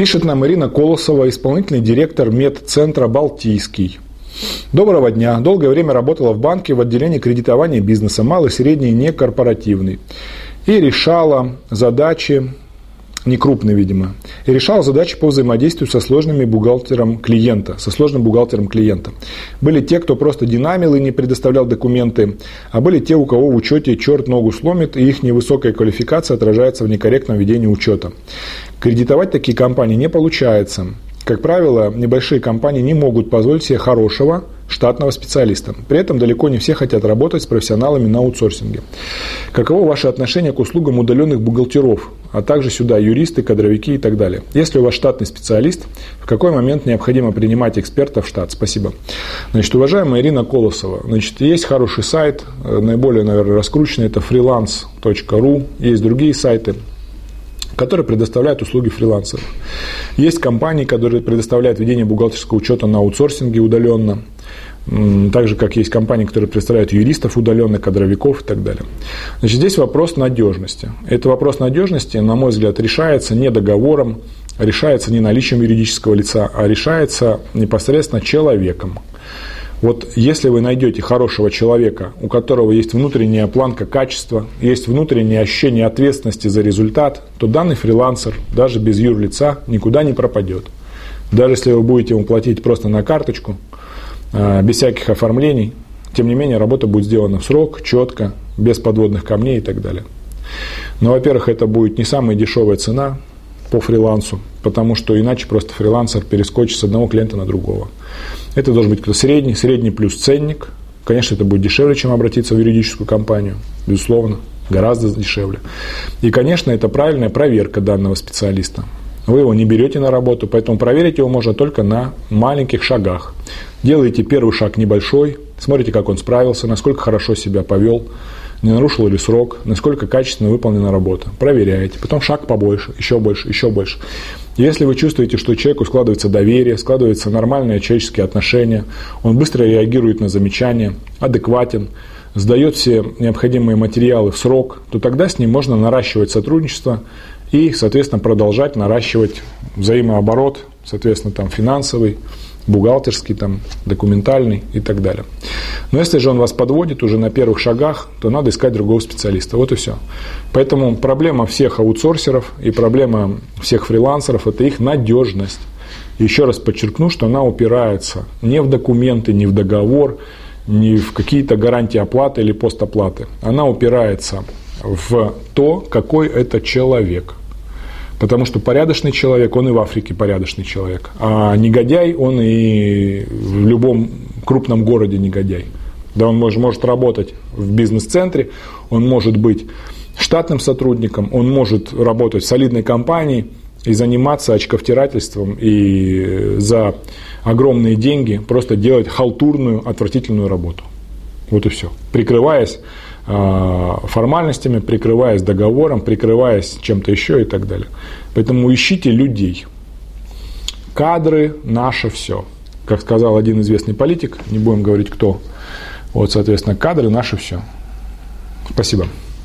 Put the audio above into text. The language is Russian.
Пишет нам Ирина Колосова, исполнительный директор медцентра «Балтийский». Доброго дня. Долгое время работала в банке в отделении кредитования бизнеса, малый, средний, не корпоративный. И решала задачи, не крупные, видимо, и решала задачи по взаимодействию со сложным бухгалтером клиента. Были те, кто просто динамил и не предоставлял документы, а были те, у кого в учете черт ногу сломит, и их невысокая квалификация отражается в некорректном ведении учета. Кредитовать такие компании не получается. Как правило, небольшие компании не могут позволить себе хорошего штатного специалиста. При этом далеко не все хотят работать с профессионалами на аутсорсинге. Каково ваше отношение к услугам удаленных бухгалтеров, а также сюда юристы, кадровики и так далее? Если у вас штатный специалист, в какой момент необходимо принимать эксперта в штат? Спасибо. Значит, уважаемая Ирина Колосова, есть хороший сайт, наиболее, наверное, раскрученный, это freelance.ru, есть другие сайты, которые предоставляют услуги фрилансеров. Есть компании, которые предоставляют ведение бухгалтерского учета на аутсорсинге удаленно, так же, как есть компании, которые представляют юристов удаленно, кадровиков и так далее. Значит, здесь вопрос надежности. Этот вопрос надежности, на мой взгляд, решается не договором, решается не наличием юридического лица, а решается непосредственно человеком. Вот если вы найдете хорошего человека, у которого есть внутренняя планка качества, есть внутреннее ощущение ответственности за результат, то данный фрилансер даже без юрлица никуда не пропадет. Даже если вы будете ему платить просто на карточку, без всяких оформлений, тем не менее работа будет сделана в срок, четко, без подводных камней и так далее. Но, во-первых, это будет не самая дешевая цена по фрилансу, потому что иначе просто фрилансер перескочит с одного клиента на другого. Это должен быть кто-то средний плюс ценник. Конечно, это будет дешевле, чем обратиться в юридическую компанию, безусловно, гораздо дешевле. И, конечно, это правильная проверка данного специалиста. Вы его не берете на работу, поэтому проверить его можно только на маленьких шагах. Делаете первый шаг небольшой, смотрите, как он справился, насколько хорошо себя повел, не нарушил ли срок, насколько качественно выполнена работа. Проверяете. Потом шаг побольше, еще больше, еще больше. Если вы чувствуете, что человеку складывается доверие, складываются нормальные человеческие отношения, он быстро реагирует на замечания, адекватен, сдает все необходимые материалы в срок, то тогда с ним можно наращивать сотрудничество и, соответственно, продолжать наращивать взаимооборот, соответственно, там финансовый, бухгалтерский, там, документальный и так далее. Но если же он вас подводит уже на первых шагах, то надо искать другого специалиста. Вот и все. Поэтому проблема всех аутсорсеров и проблема всех фрилансеров – это их надежность. Еще раз подчеркну, что она упирается не в документы, не в договор, не в какие-то гарантии оплаты или постоплаты. Она упирается в то, какой это человек. Потому что порядочный человек, он и в Африке порядочный человек. А негодяй, он и в любом крупном городе негодяй. Да, он может работать в бизнес-центре, он может быть штатным сотрудником, он может работать в солидной компании и заниматься очковтирательством и за огромные деньги просто делать халтурную, отвратительную работу. Вот и все. Прикрываясь формальностями, прикрываясь договором, прикрываясь чем-то еще и так далее. Поэтому ищите людей. Кадры – наше все. Как сказал один известный политик, не будем говорить кто. Вот, соответственно, кадры – наше все. Спасибо.